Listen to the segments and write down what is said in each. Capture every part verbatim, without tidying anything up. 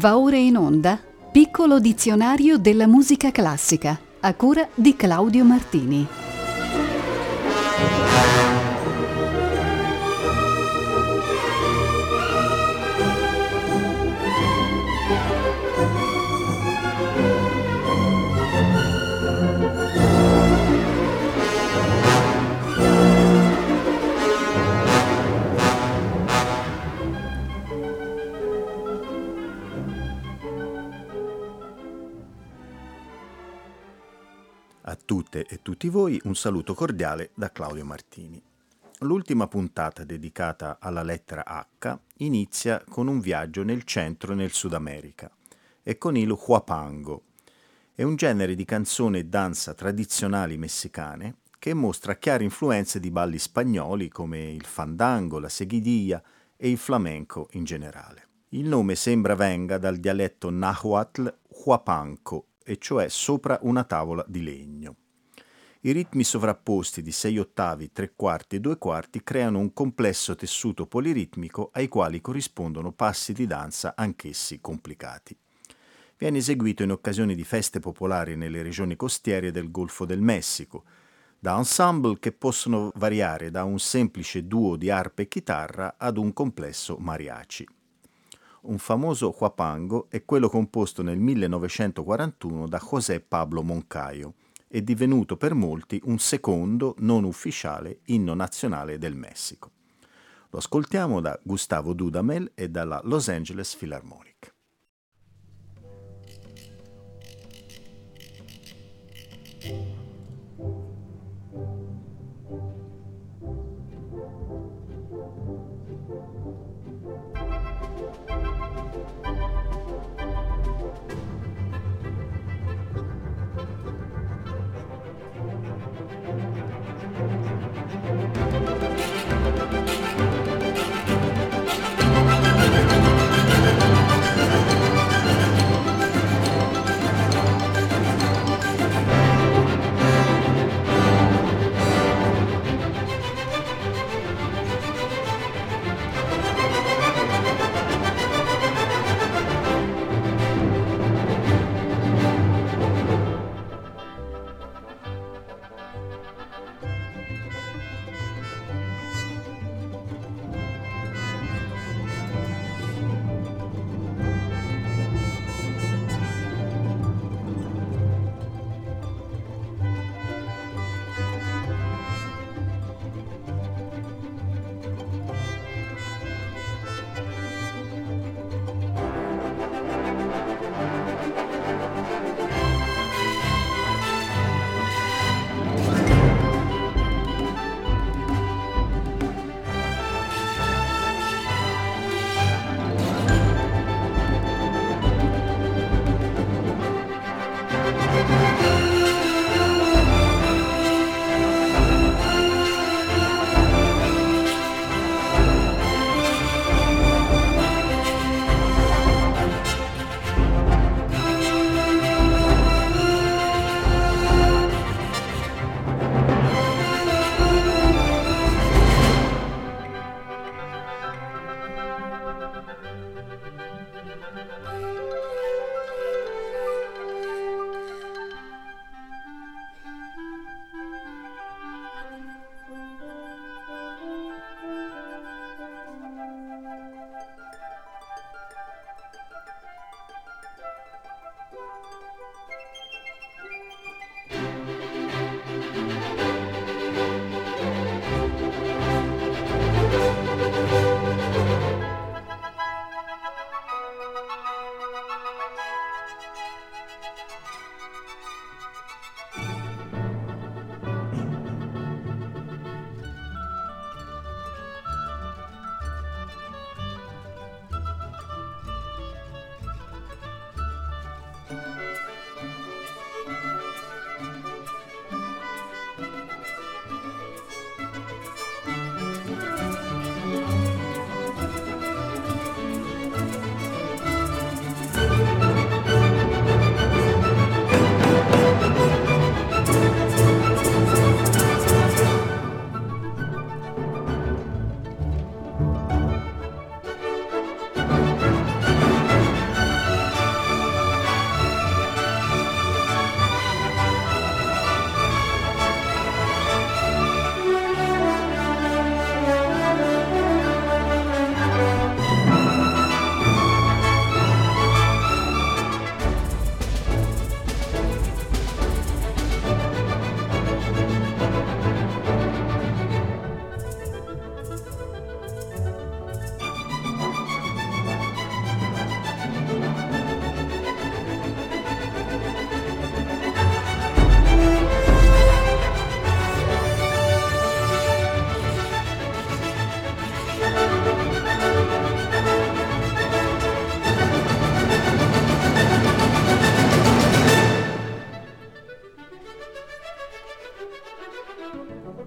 Va ora in onda Piccolo dizionario della musica classica, a cura di Claudio Martini. A tutte e tutti voi un saluto cordiale da Claudio Martini. L'ultima puntata dedicata alla lettera H inizia con un viaggio nel centro e nel Sud America e con il huapango. È un genere di canzone e danza tradizionali messicane che mostra chiare influenze di balli spagnoli come il fandango, la seguidilla e il flamenco in generale. Il nome sembra venga dal dialetto nahuatl huapanco, e cioè sopra una tavola di legno. I ritmi sovrapposti di sei ottavi, tre quarti e due quarti creano un complesso tessuto poliritmico ai quali corrispondono passi di danza anch'essi complicati. Viene eseguito in occasione di feste popolari nelle regioni costiere del Golfo del Messico, da ensemble che possono variare da un semplice duo di arpa e chitarra ad un complesso mariachi. Un famoso huapango è quello composto nel millenovecentoquarantuno da José Pablo Moncayo e divenuto per molti un secondo, non ufficiale, inno nazionale del Messico. Lo ascoltiamo da Gustavo Dudamel e dalla Los Angeles Philharmonic.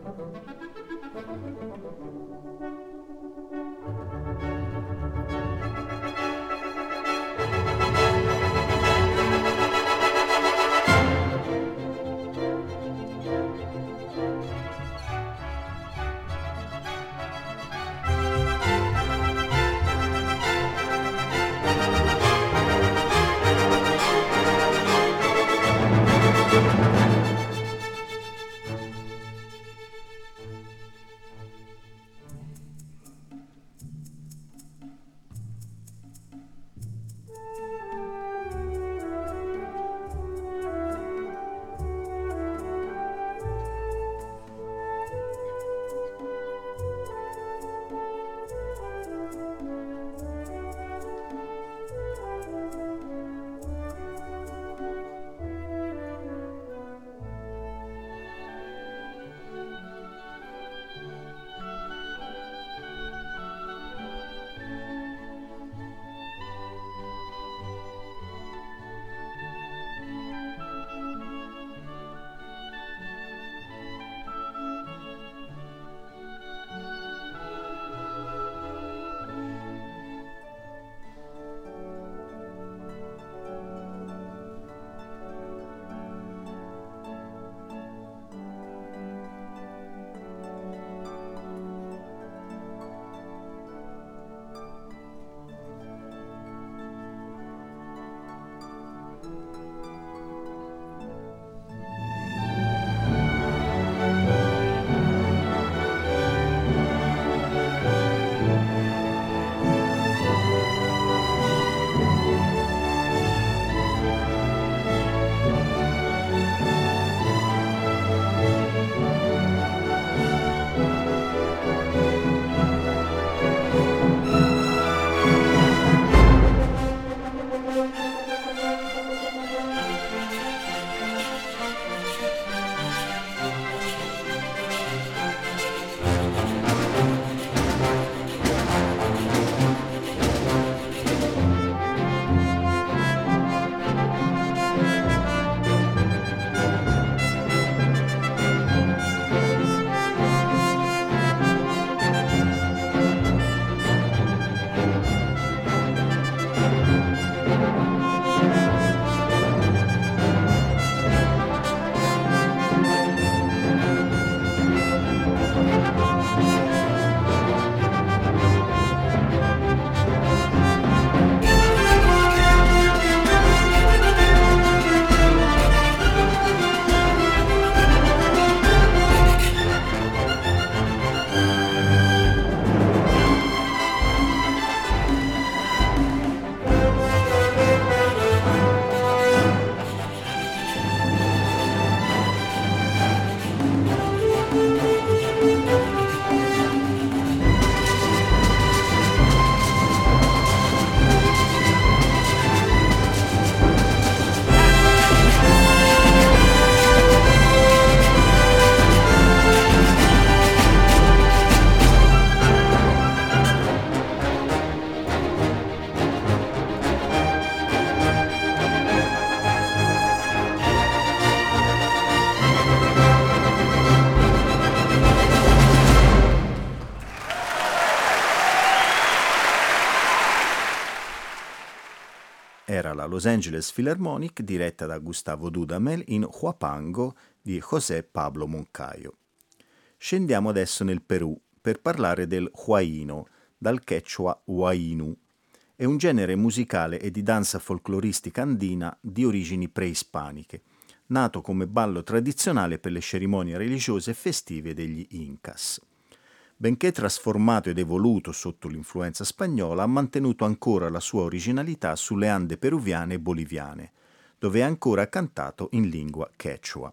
Era la Los Angeles Philharmonic diretta da Gustavo Dudamel in Huapango di José Pablo Moncayo. Scendiamo adesso nel Perù per parlare del huayno, dal quechua huaynu. È un genere musicale e di danza folcloristica andina di origini preispaniche, nato come ballo tradizionale per le cerimonie religiose e festive degli Incas. Benché trasformato ed evoluto sotto l'influenza spagnola, ha mantenuto ancora la sua originalità sulle Ande peruviane e boliviane, dove è ancora cantato in lingua quechua.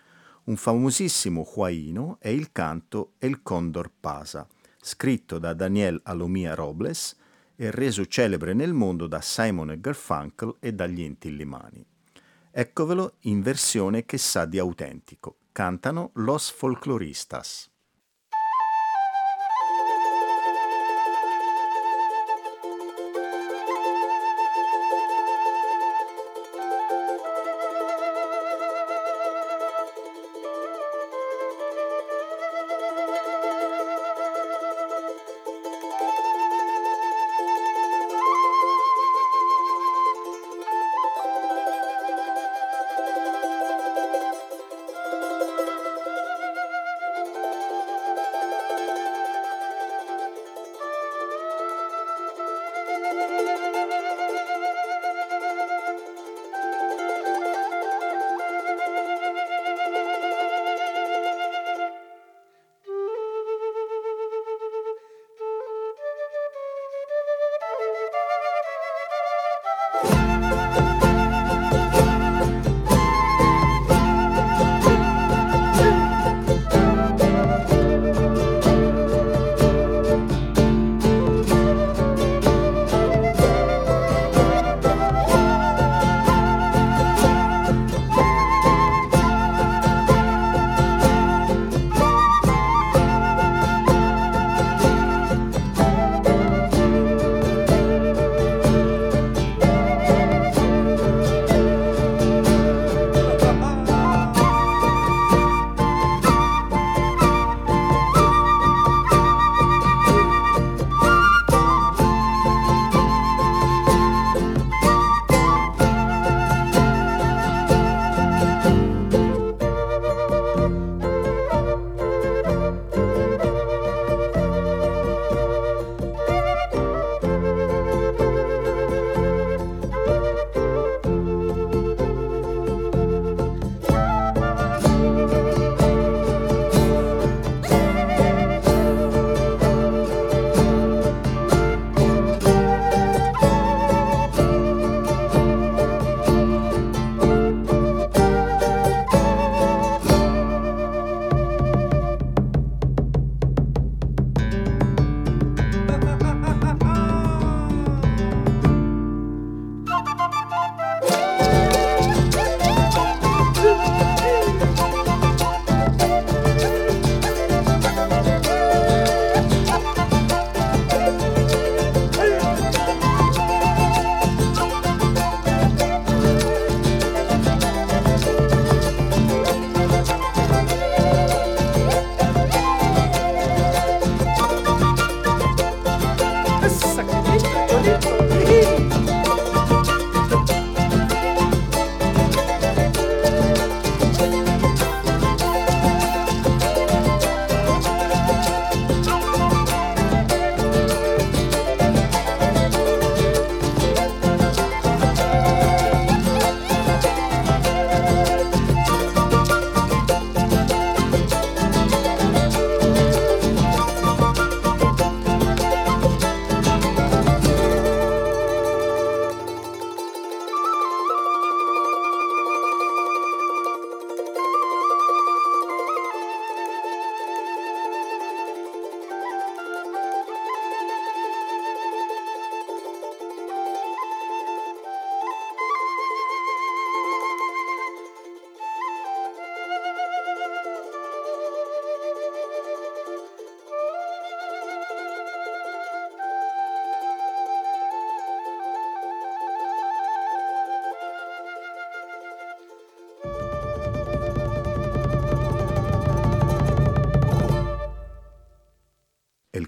Un famosissimo huayno è il canto El Condor Pasa, scritto da Daniel Alomía Robles e reso celebre nel mondo da Simon e Garfunkel e dagli Inti Illimani. Eccovelo in versione che sa di autentico. Cantano Los Folcloristas.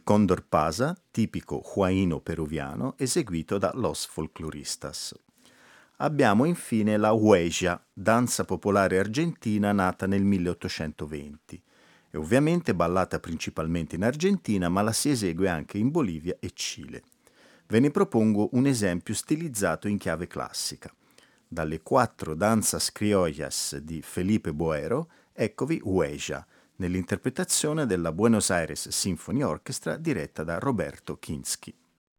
Condor Pasa, tipico huayno peruviano, eseguito da Los Folcloristas. Abbiamo infine la huella, danza popolare argentina nata nel milleottocentoventi. È ovviamente ballata principalmente in Argentina, ma la si esegue anche in Bolivia e Cile. Ve ne propongo un esempio stilizzato in chiave classica. Dalle quattro danzas criollas di Felipe Boero, eccovi Huella, nell'interpretazione della Buenos Aires Symphony Orchestra diretta da Roberto Kinski.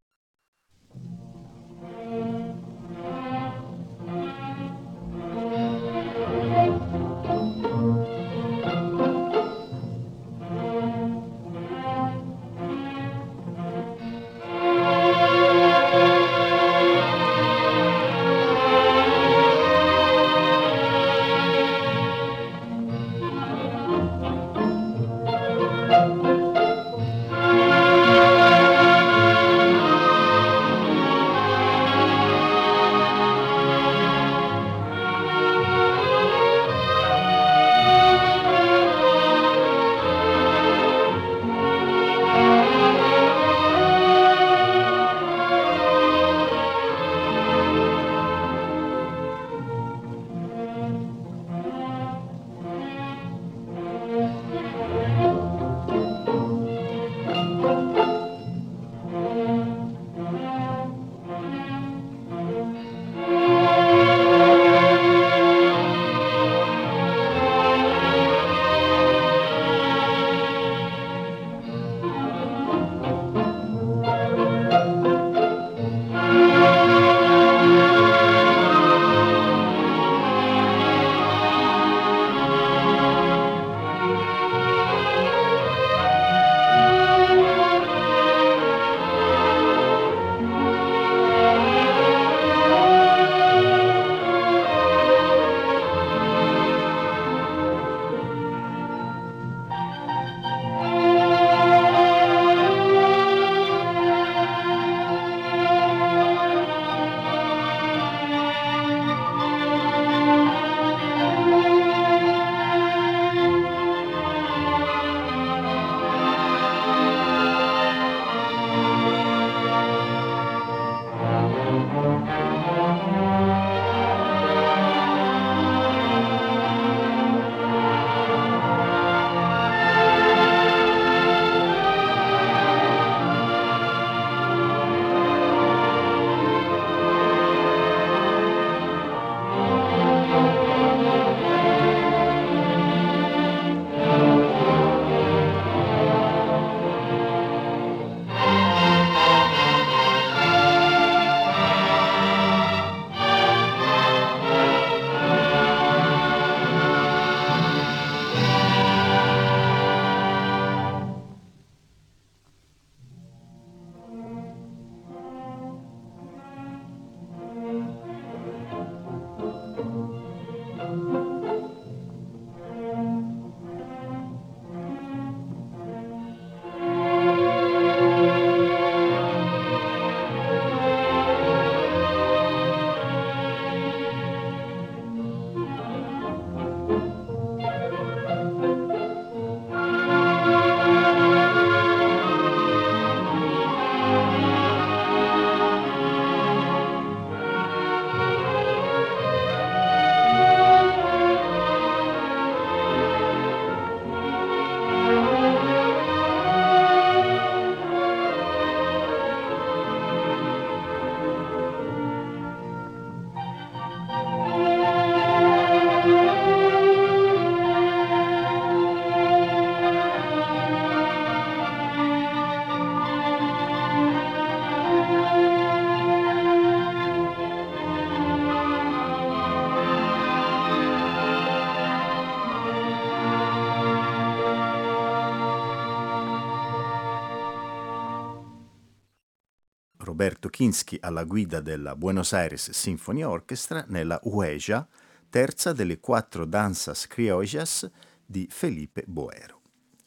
Roberto Kinski alla guida della Buenos Aires Symphony Orchestra nella Huella, terza delle quattro danzas criollas di Felipe Boero.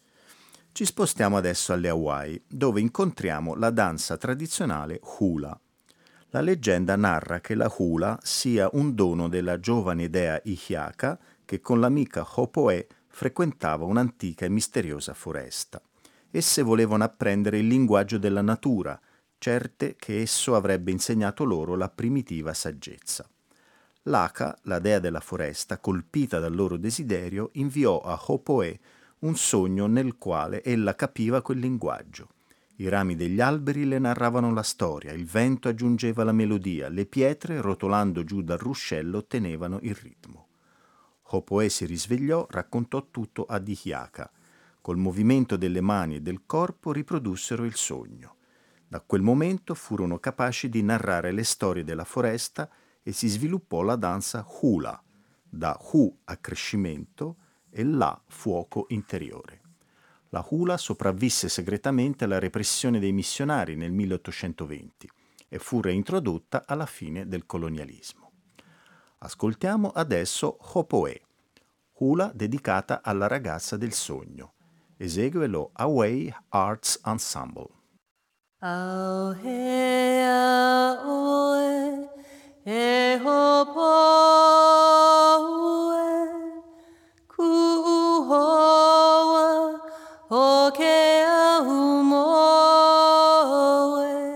Ci spostiamo adesso alle Hawaii, dove incontriamo la danza tradizionale hula. La leggenda narra che la hula sia un dono della giovane dea Ihiaka che con l'amica Hopoe frequentava un'antica e misteriosa foresta. Esse volevano apprendere il linguaggio della natura, certe che esso avrebbe insegnato loro la primitiva saggezza. L'Aka, la dea della foresta, colpita dal loro desiderio, inviò a Hopoe un sogno nel quale ella capiva quel linguaggio. I rami degli alberi le narravano la storia, il vento aggiungeva la melodia, le pietre, rotolando giù dal ruscello, tenevano il ritmo. Hopoe si risvegliò, raccontò tutto a Dihyaka. Col movimento delle mani e del corpo riprodussero il sogno. Da quel momento furono capaci di narrare le storie della foresta e si sviluppò la danza hula, da hu accrescimento e la fuoco interiore. La hula sopravvisse segretamente alla repressione dei missionari nel milleottocentoventi e fu reintrodotta alla fine del colonialismo. Ascoltiamo adesso Hopoe, hula dedicata alla ragazza del sogno. Esegue lo Hawaii Arts Ensemble. Aohea oe, e hopoe, kuhoa, okea humoe,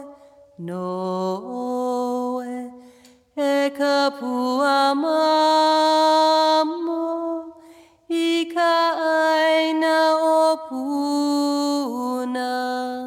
noe, e kapua mamo, ika aina opuna.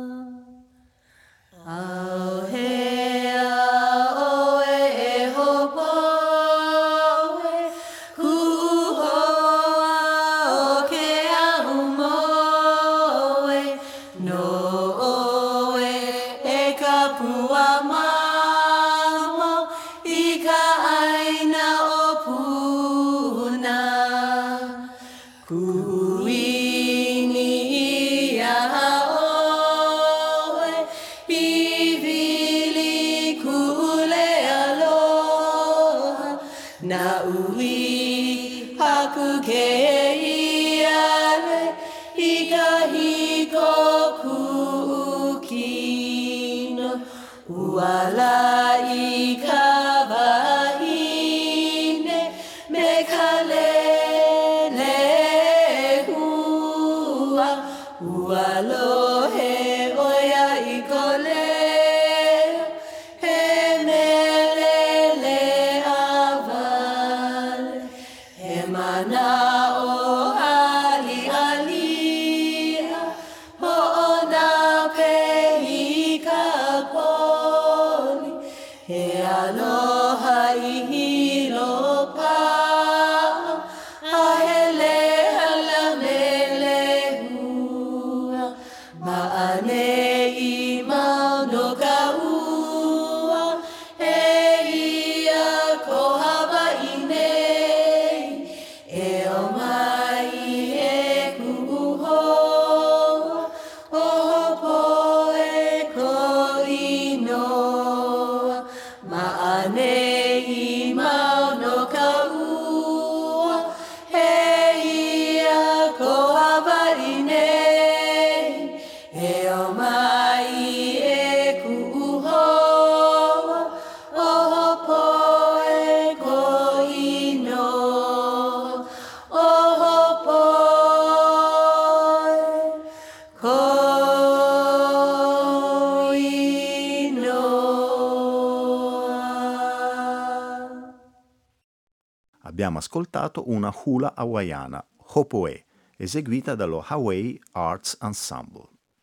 Abbiamo ascoltato una hula hawaiana, Hopoe, eseguita dallo Hawaii Arts Ensemble.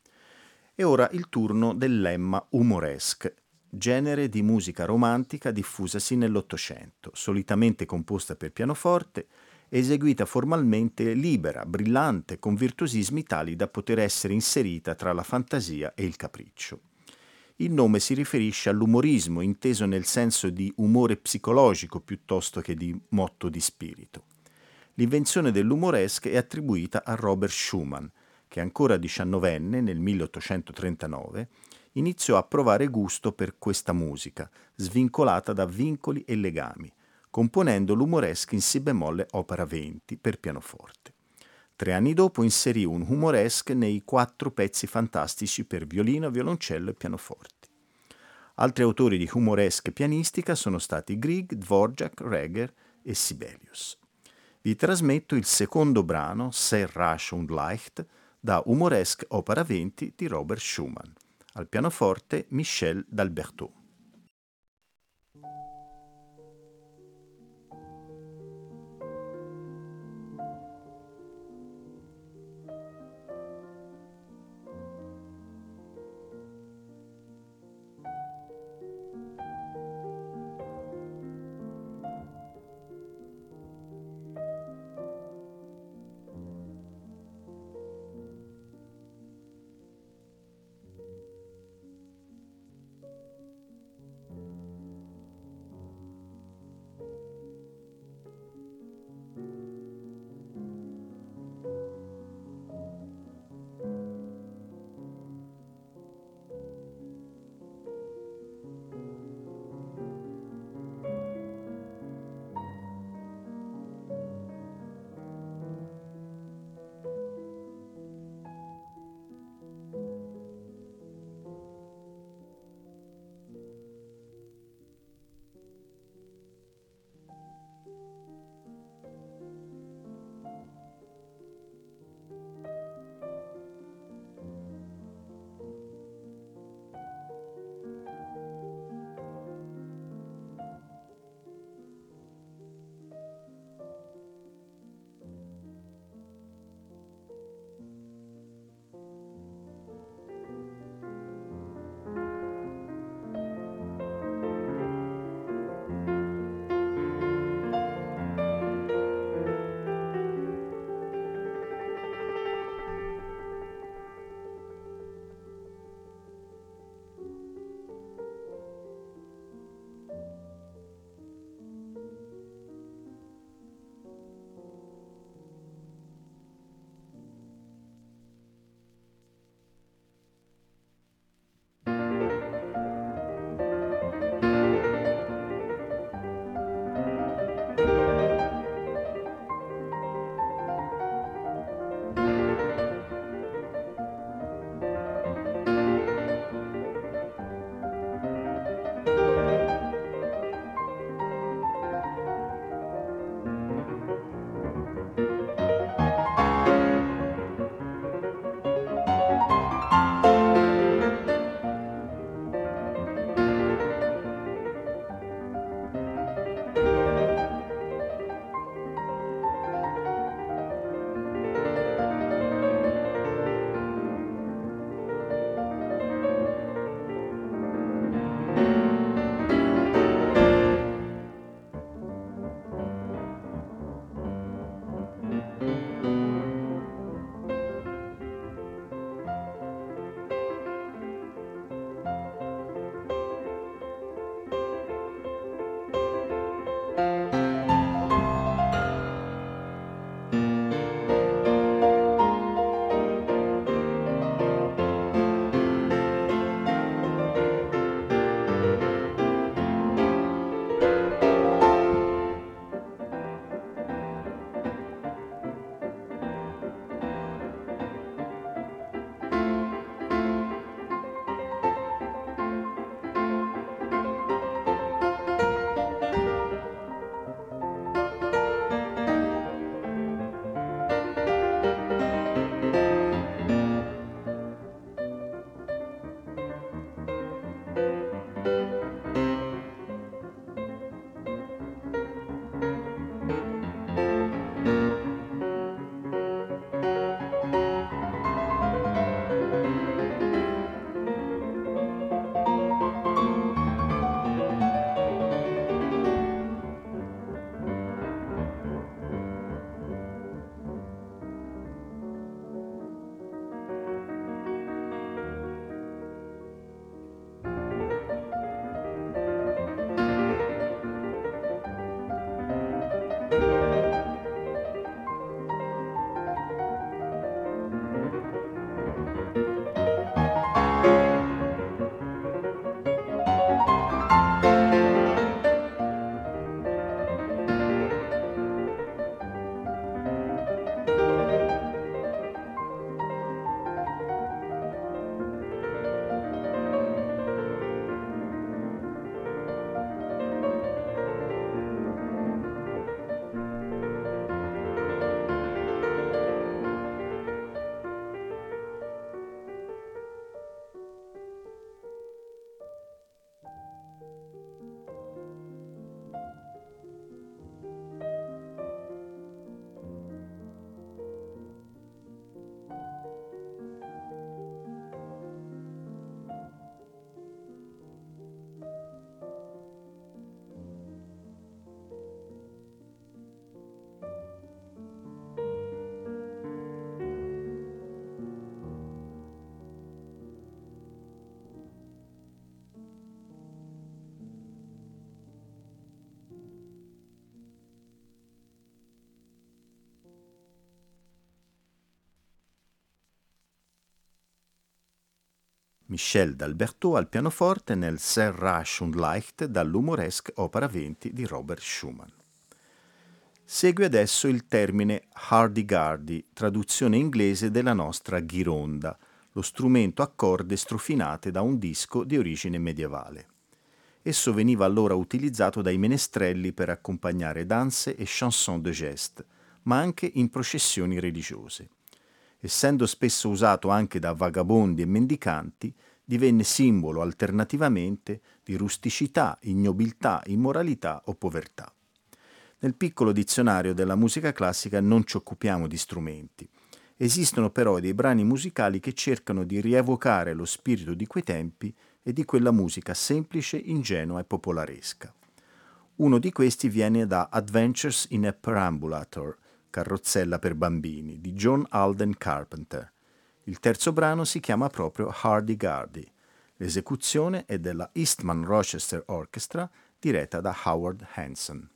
E ora il turno del lemma humoresque, genere di musica romantica diffusasi nell'Ottocento, solitamente composta per pianoforte, eseguita formalmente libera, brillante, con virtuosismi tali da poter essere inserita tra la fantasia e il capriccio. Il nome si riferisce all'umorismo, inteso nel senso di umore psicologico piuttosto che di motto di spirito. L'invenzione dell'umoresque è attribuita a Robert Schumann, che ancora diciannovenne, nel milleottocentotrentanove, iniziò a provare gusto per questa musica, svincolata da vincoli e legami, componendo l'umoresque in si bemolle opera venti per pianoforte. Tre anni dopo inserì un humoresque nei quattro pezzi fantastici per violino, violoncello e pianoforti. Altri autori di humoresque pianistica sono stati Grieg, Dvorak, Reger e Sibelius. Vi trasmetto il secondo brano, Sehr rasch und leicht, da Humoresque Opera venti di Robert Schumann. Al pianoforte Michel d'Alberto. Michel d'Alberto al pianoforte nel Sehr rasch und leicht dall'umoresque opera venti di Robert Schumann. Segue adesso il termine hurdy-gurdy, traduzione inglese della nostra ghironda, lo strumento a corde strofinate da un disco di origine medievale. Esso veniva allora utilizzato dai menestrelli per accompagnare danze e chanson de geste, ma anche in processioni religiose. Essendo spesso usato anche da vagabondi e mendicanti, divenne simbolo alternativamente di rusticità, ignobiltà, immoralità o povertà. Nel piccolo dizionario della musica classica non ci occupiamo di strumenti. Esistono però dei brani musicali che cercano di rievocare lo spirito di quei tempi e di quella musica semplice, ingenua e popolaresca. Uno di questi viene da Adventures in a Perambulator, Carrozzella per bambini, di John Alden Carpenter. Il terzo brano si chiama proprio Hurdy-Gurdy. L'esecuzione è della Eastman Rochester Orchestra, diretta da Howard Hanson.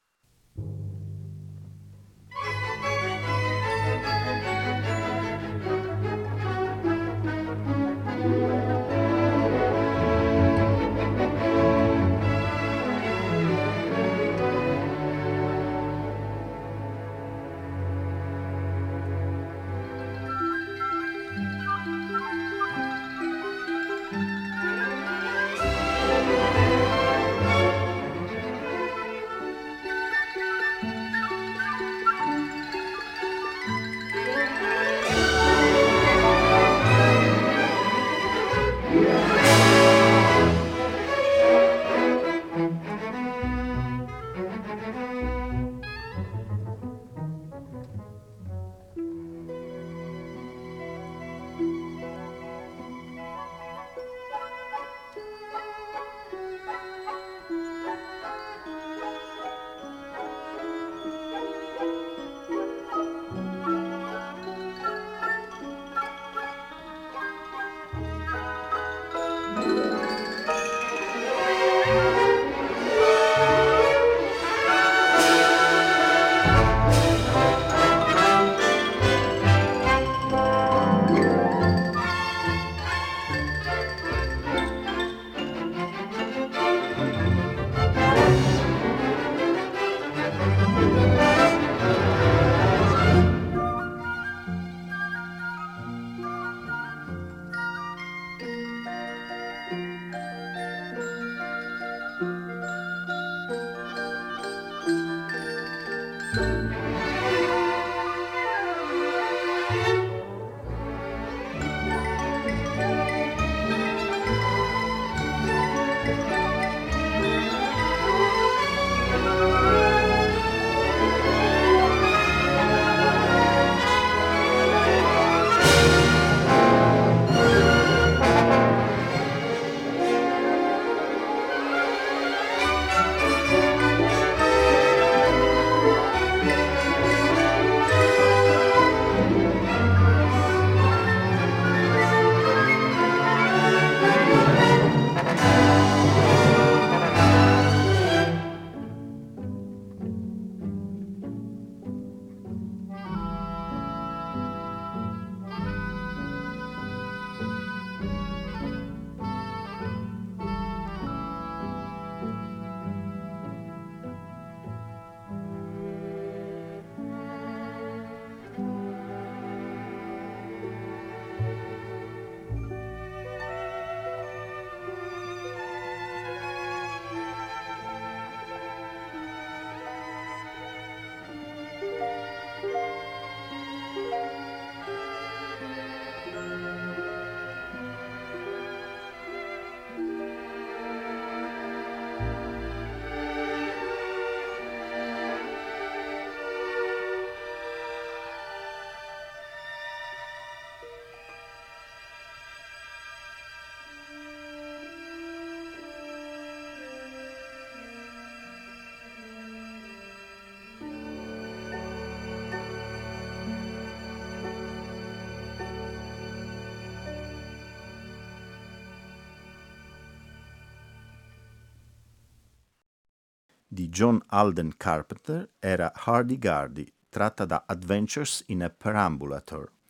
Di John Alden Carpenter era Hurdy-Gurdy, tratta da Adventures in a Perambulator.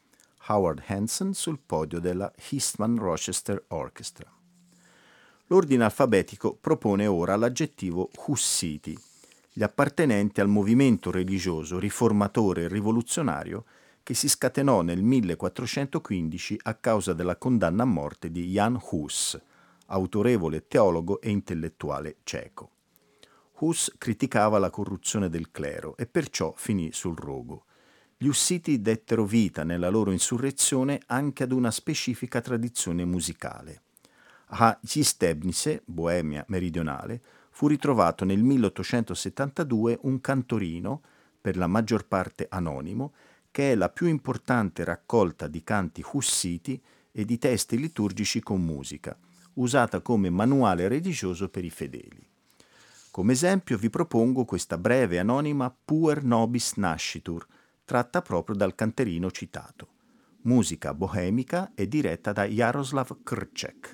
Howard Hanson sul podio della Eastman Rochester Orchestra. L'ordine alfabetico propone ora l'aggettivo Hussiti, gli appartenenti al movimento religioso riformatore e rivoluzionario che si scatenò nel millequattrocentoquindici a causa della condanna a morte di Jan Hus, autorevole teologo e intellettuale ceco. Hus criticava la corruzione del clero e perciò finì sul rogo. Gli Ussiti dettero vita nella loro insurrezione anche ad una specifica tradizione musicale. A Gistebnice, Boemia meridionale, fu ritrovato nel milleottocentosettantadue un cantorino, per la maggior parte anonimo, che è la più importante raccolta di canti hussiti e di testi liturgici con musica, usata come manuale religioso per i fedeli. Come esempio vi propongo questa breve e anonima Puer Nobis Nascitur, tratta proprio dal canterino citato. Musica boemica e diretta da Jaroslav Krček.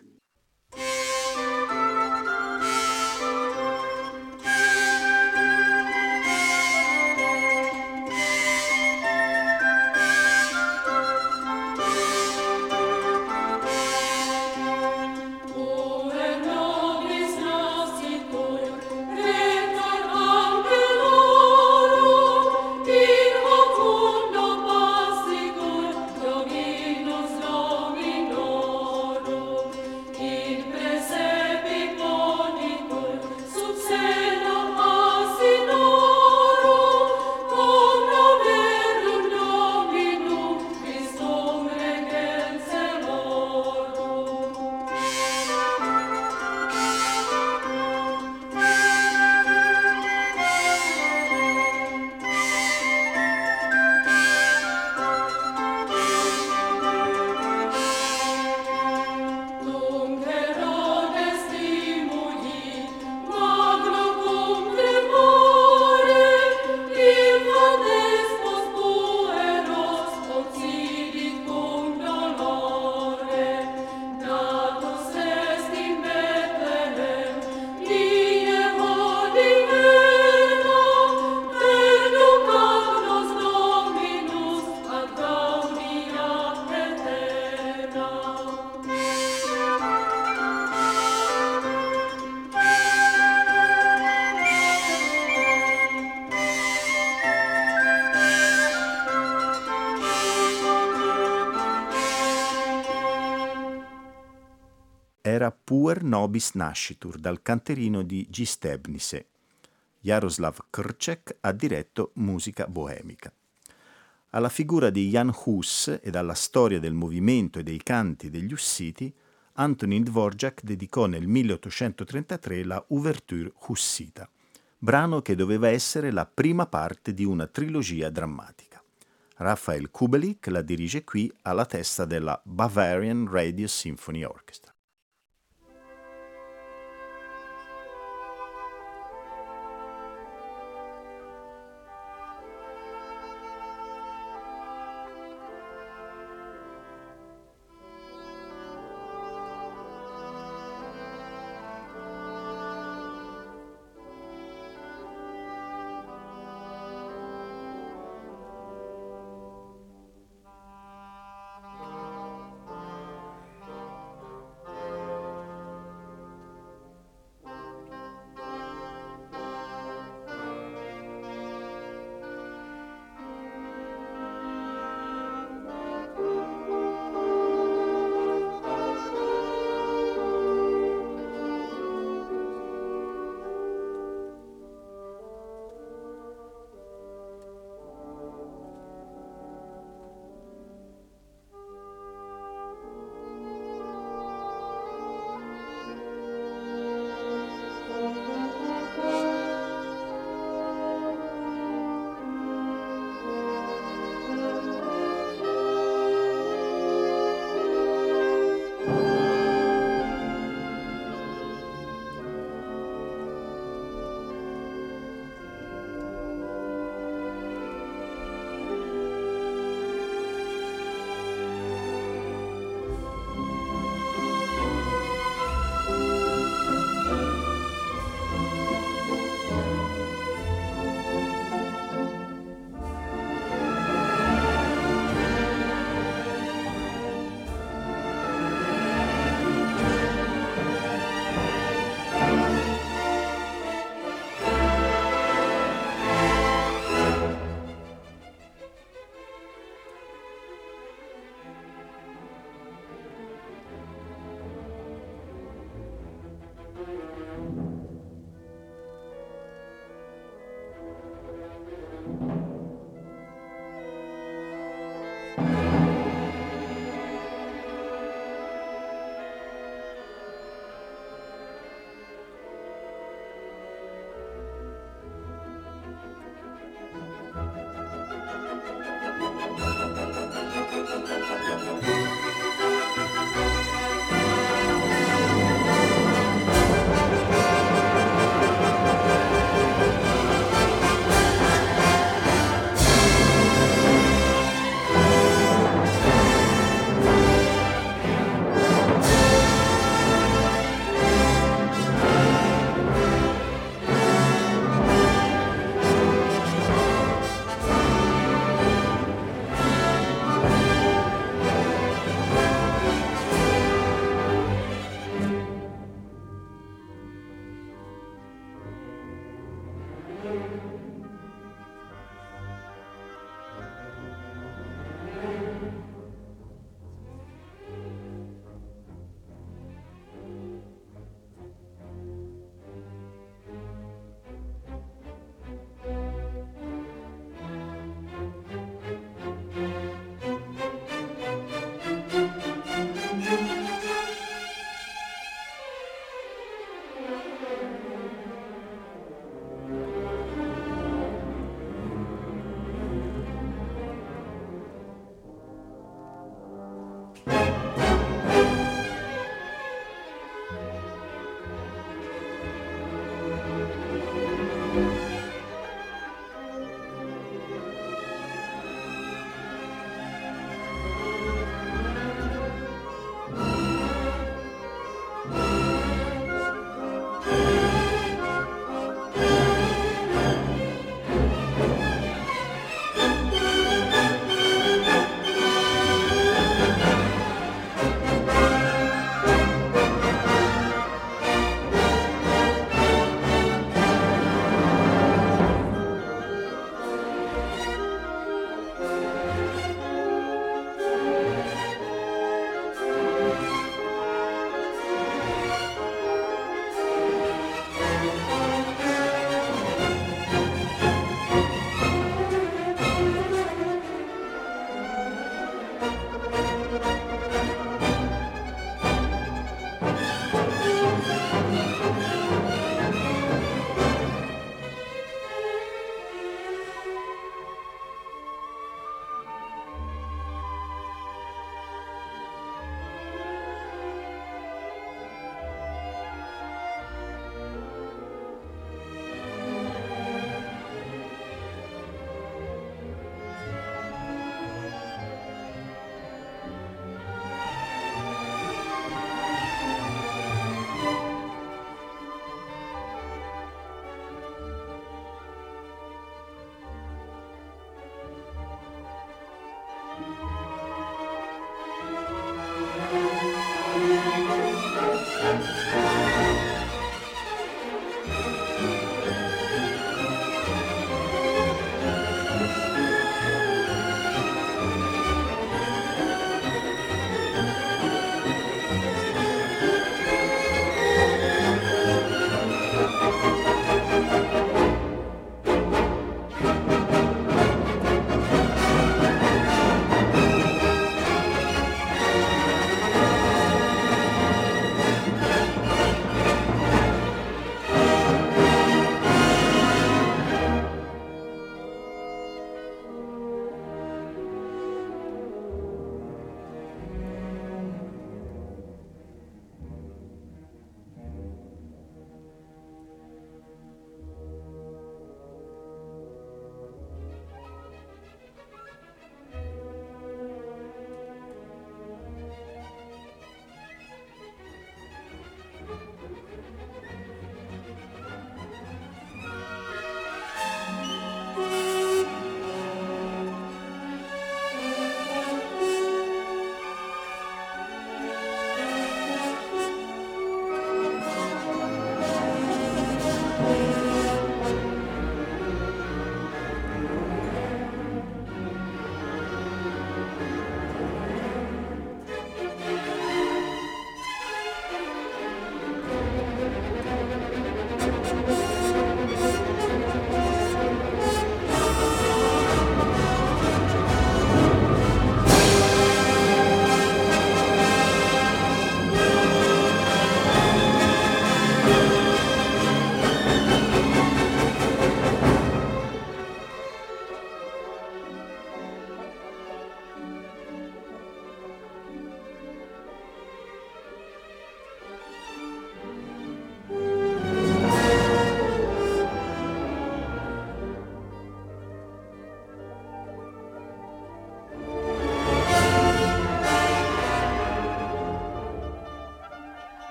Era Puer Nobis Nascitur dal canterino di Gistebnice. Jaroslav Krček ha diretto musica boemica. Alla figura di Jan Hus e alla storia del movimento e dei canti degli Ussiti, Antonín Dvořák dedicò nel milleottocentotrentatré la Ouverture Hussita, brano che doveva essere la prima parte di una trilogia drammatica. Rafael Kubelik la dirige qui alla testa della Bavarian Radio Symphony Orchestra.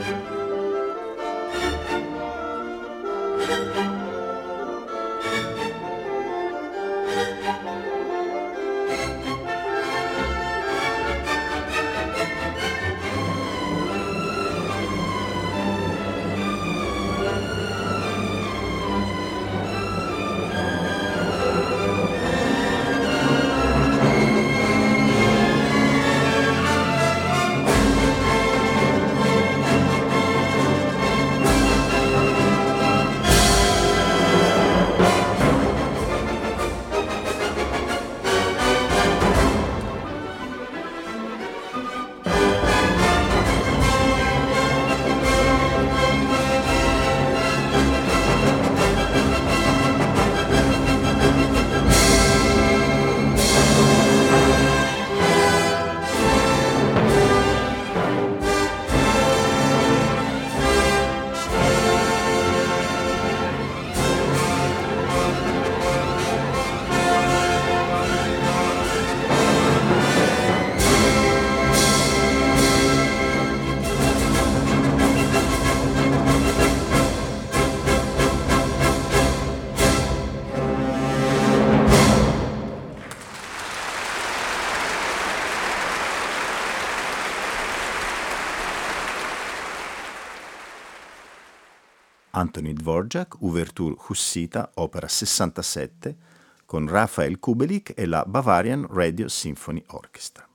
Anthony Dvorak, Ouverture Hussita, opera sessantasette, con Rafael Kubelik e la Bavarian Radio Symphony Orchestra.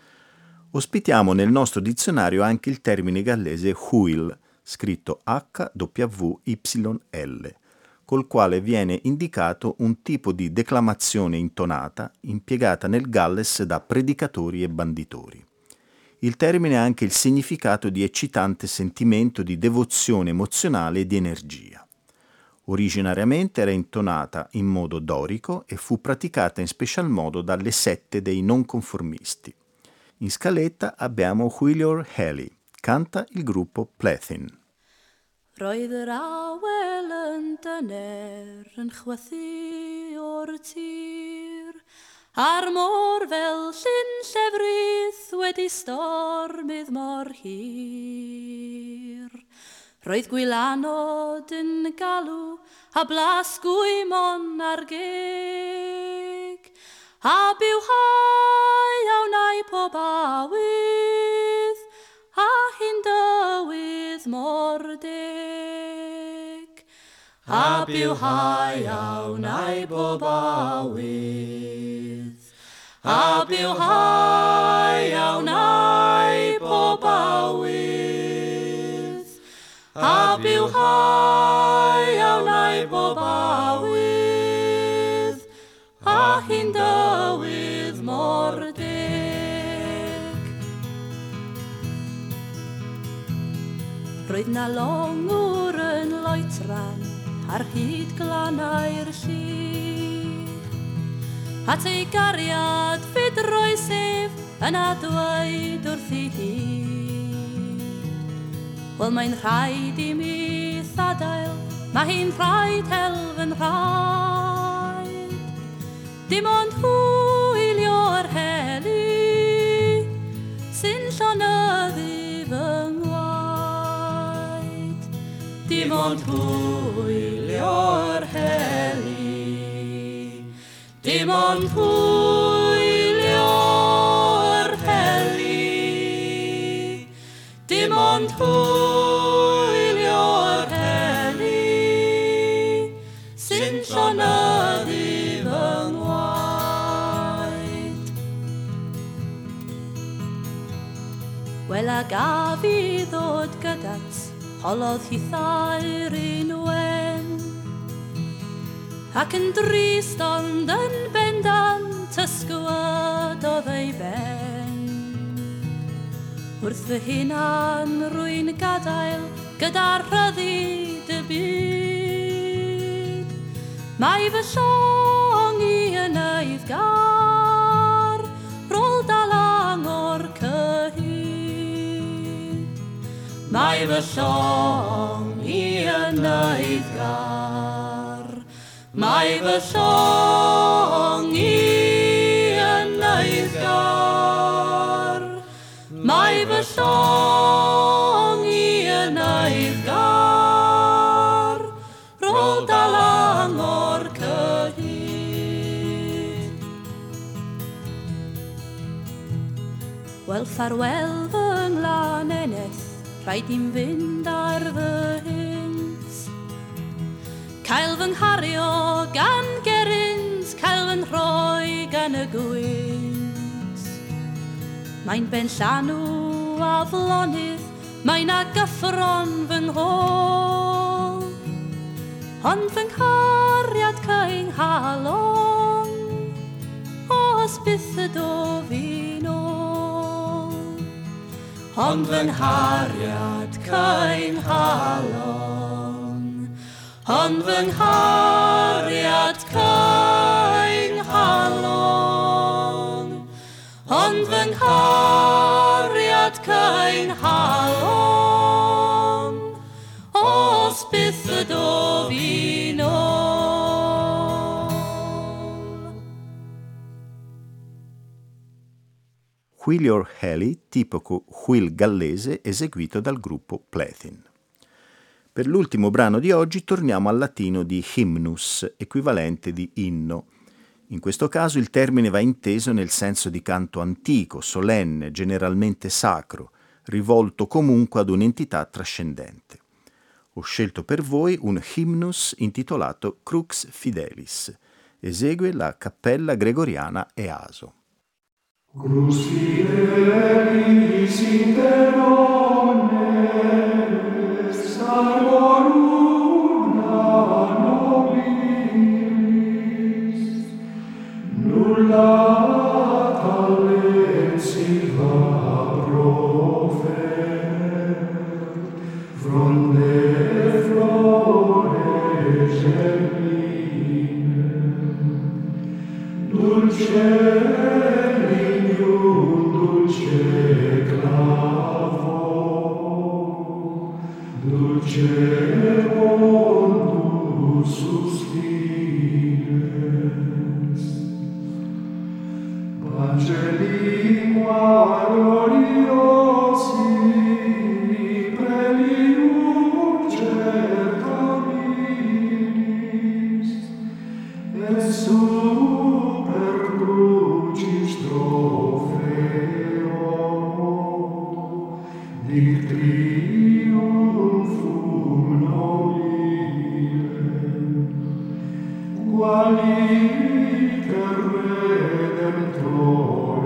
Ospitiamo nel nostro dizionario anche il termine gallese huil, scritto H W Y L, col quale viene indicato un tipo di declamazione intonata impiegata nel Galles da predicatori e banditori. Il termine ha anche il significato di eccitante sentimento di devozione emozionale e di energia. Originariamente era intonata in modo dorico e fu praticata in special modo dalle sette dei nonconformisti. In scaletta abbiamo Huilior Heli, canta il gruppo Plethin. Roedd yr awel yn dyner yn chwythu o'r tir, a'r môr fel llyn llefrith wedi stormydd mor hir. Roedd gwylanod yn galw a blasgwymon ar geg, a biwhau awnau pob awydd, a hyn dywydd mor deg. A biwhau awnau pob awydd, a biwhau awnau pob awydd, a biwhau awnau pob awydd, a hyn dywydd mor deg. Roedd na longwr yn loetran ar hyd glannau'r llyn, at ei gariad fydroi sef yn adwaid wrth ei hun. Wel, mae'n rhaid i mi ddadael, mae hi'n rhaid helfyn rhaid. Dim ond hwylio'r heli sy'n llonyddu fy ngwaed. Dim ond hwylio'r heli, dim ond hwylio'r heli, dim ond hwylio'r heli sy'n llonyddu fy ngwaed. Wel, a gaf i ddod gydat, holodd hi thair un wen, ac yn drist ond yn bendant ysgwydodd ei ben. Wrth fy hunan rwy'n gadael gyda rhyddid y byd, mae fy llong i yn eiddgar rôl dalang o'r cyhyd. Mae fy llong i yn eiddgar, mae fy llong i yn eiddgar, mae fy llong i yn mynydd gar, rôl dalang o'r cyhyd. Wel, ffarwel fy nglan eneth, rhaid i'n fynd ar fy hynt. Cael fy nghario gan gerynt, cael fy nhroi gan y gwynt. Mae'n ben llanw a flonydd, mae'n agaffron fy nghôl. Ond fy nghariad cynghalon, os byth y do fi'n ôl. Ond fy nghariad cynghalon, ond fy nghariad cynghalon, ond fy nghariad cynghalon, os byth y do fi'n ôl. Whillior Heli, tipico whill gallese eseguito dal gruppo Plethyn. Per l'ultimo brano di oggi torniamo al latino di hymnus, equivalente di inno. In questo caso il termine va inteso nel senso di canto antico, solenne, generalmente sacro, rivolto comunque ad un'entità trascendente. Ho scelto per voi un hymnus intitolato Crux Fidelis. Esegue la Cappella Gregoriana Easo. Crux Fidelis inter omnes salvorum nobilis, nulla talesiva profer, fronde flore germine, dulce dulce clavo, dulce bondus suspires, Angelima gloriosi prelium certaminis, et super crucis trofeo dic triumphum nobile, qualiter redemptor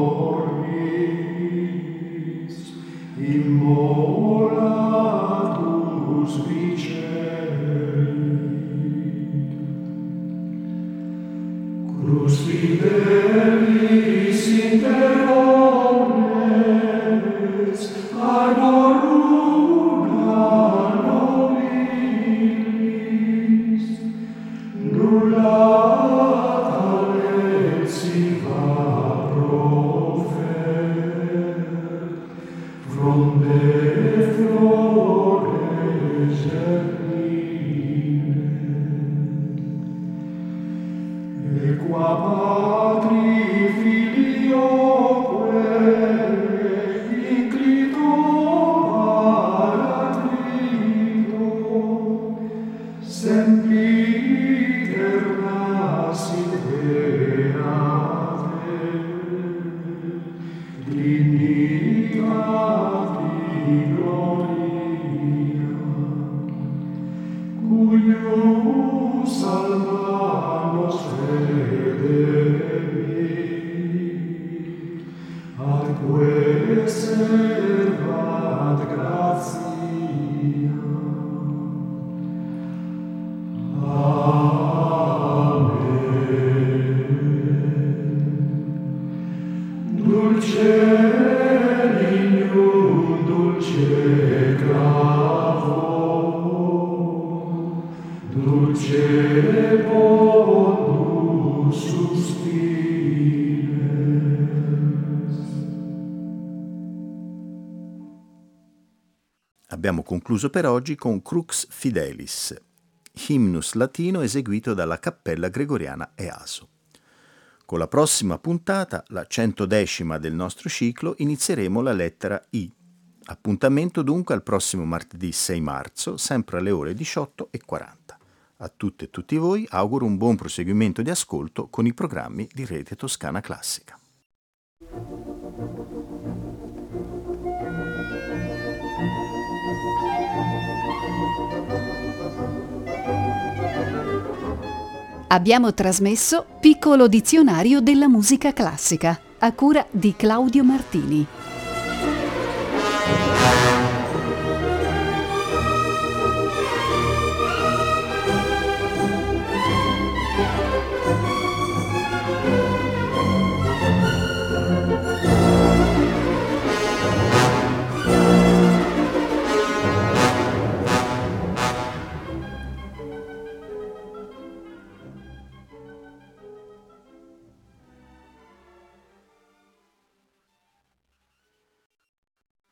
orbis immolatus viceri. Crux Fidelis inter omnes arborum nobilis, nulla talesiva profer, fronde flore germine, e qua patri filioque inclito paratrito, sempiter nascit veate, dignitati gloria, cuius alma nostre devi, atque servat gratia. Dulce lignum, dulce clavo, dulce bondus suspires. Abbiamo concluso per oggi con Crux Fidelis, hymnus latino eseguito dalla Cappella Gregoriana Easo. Con la prossima puntata, la centodecima del nostro ciclo, inizieremo la lettera I. Appuntamento dunque al prossimo martedì sei marzo, sempre alle ore diciotto e quaranta. A tutte e tutti voi auguro un buon proseguimento di ascolto con i programmi di Rete Toscana Classica. Abbiamo trasmesso Piccolo dizionario della musica classica, a cura di Claudio Martini.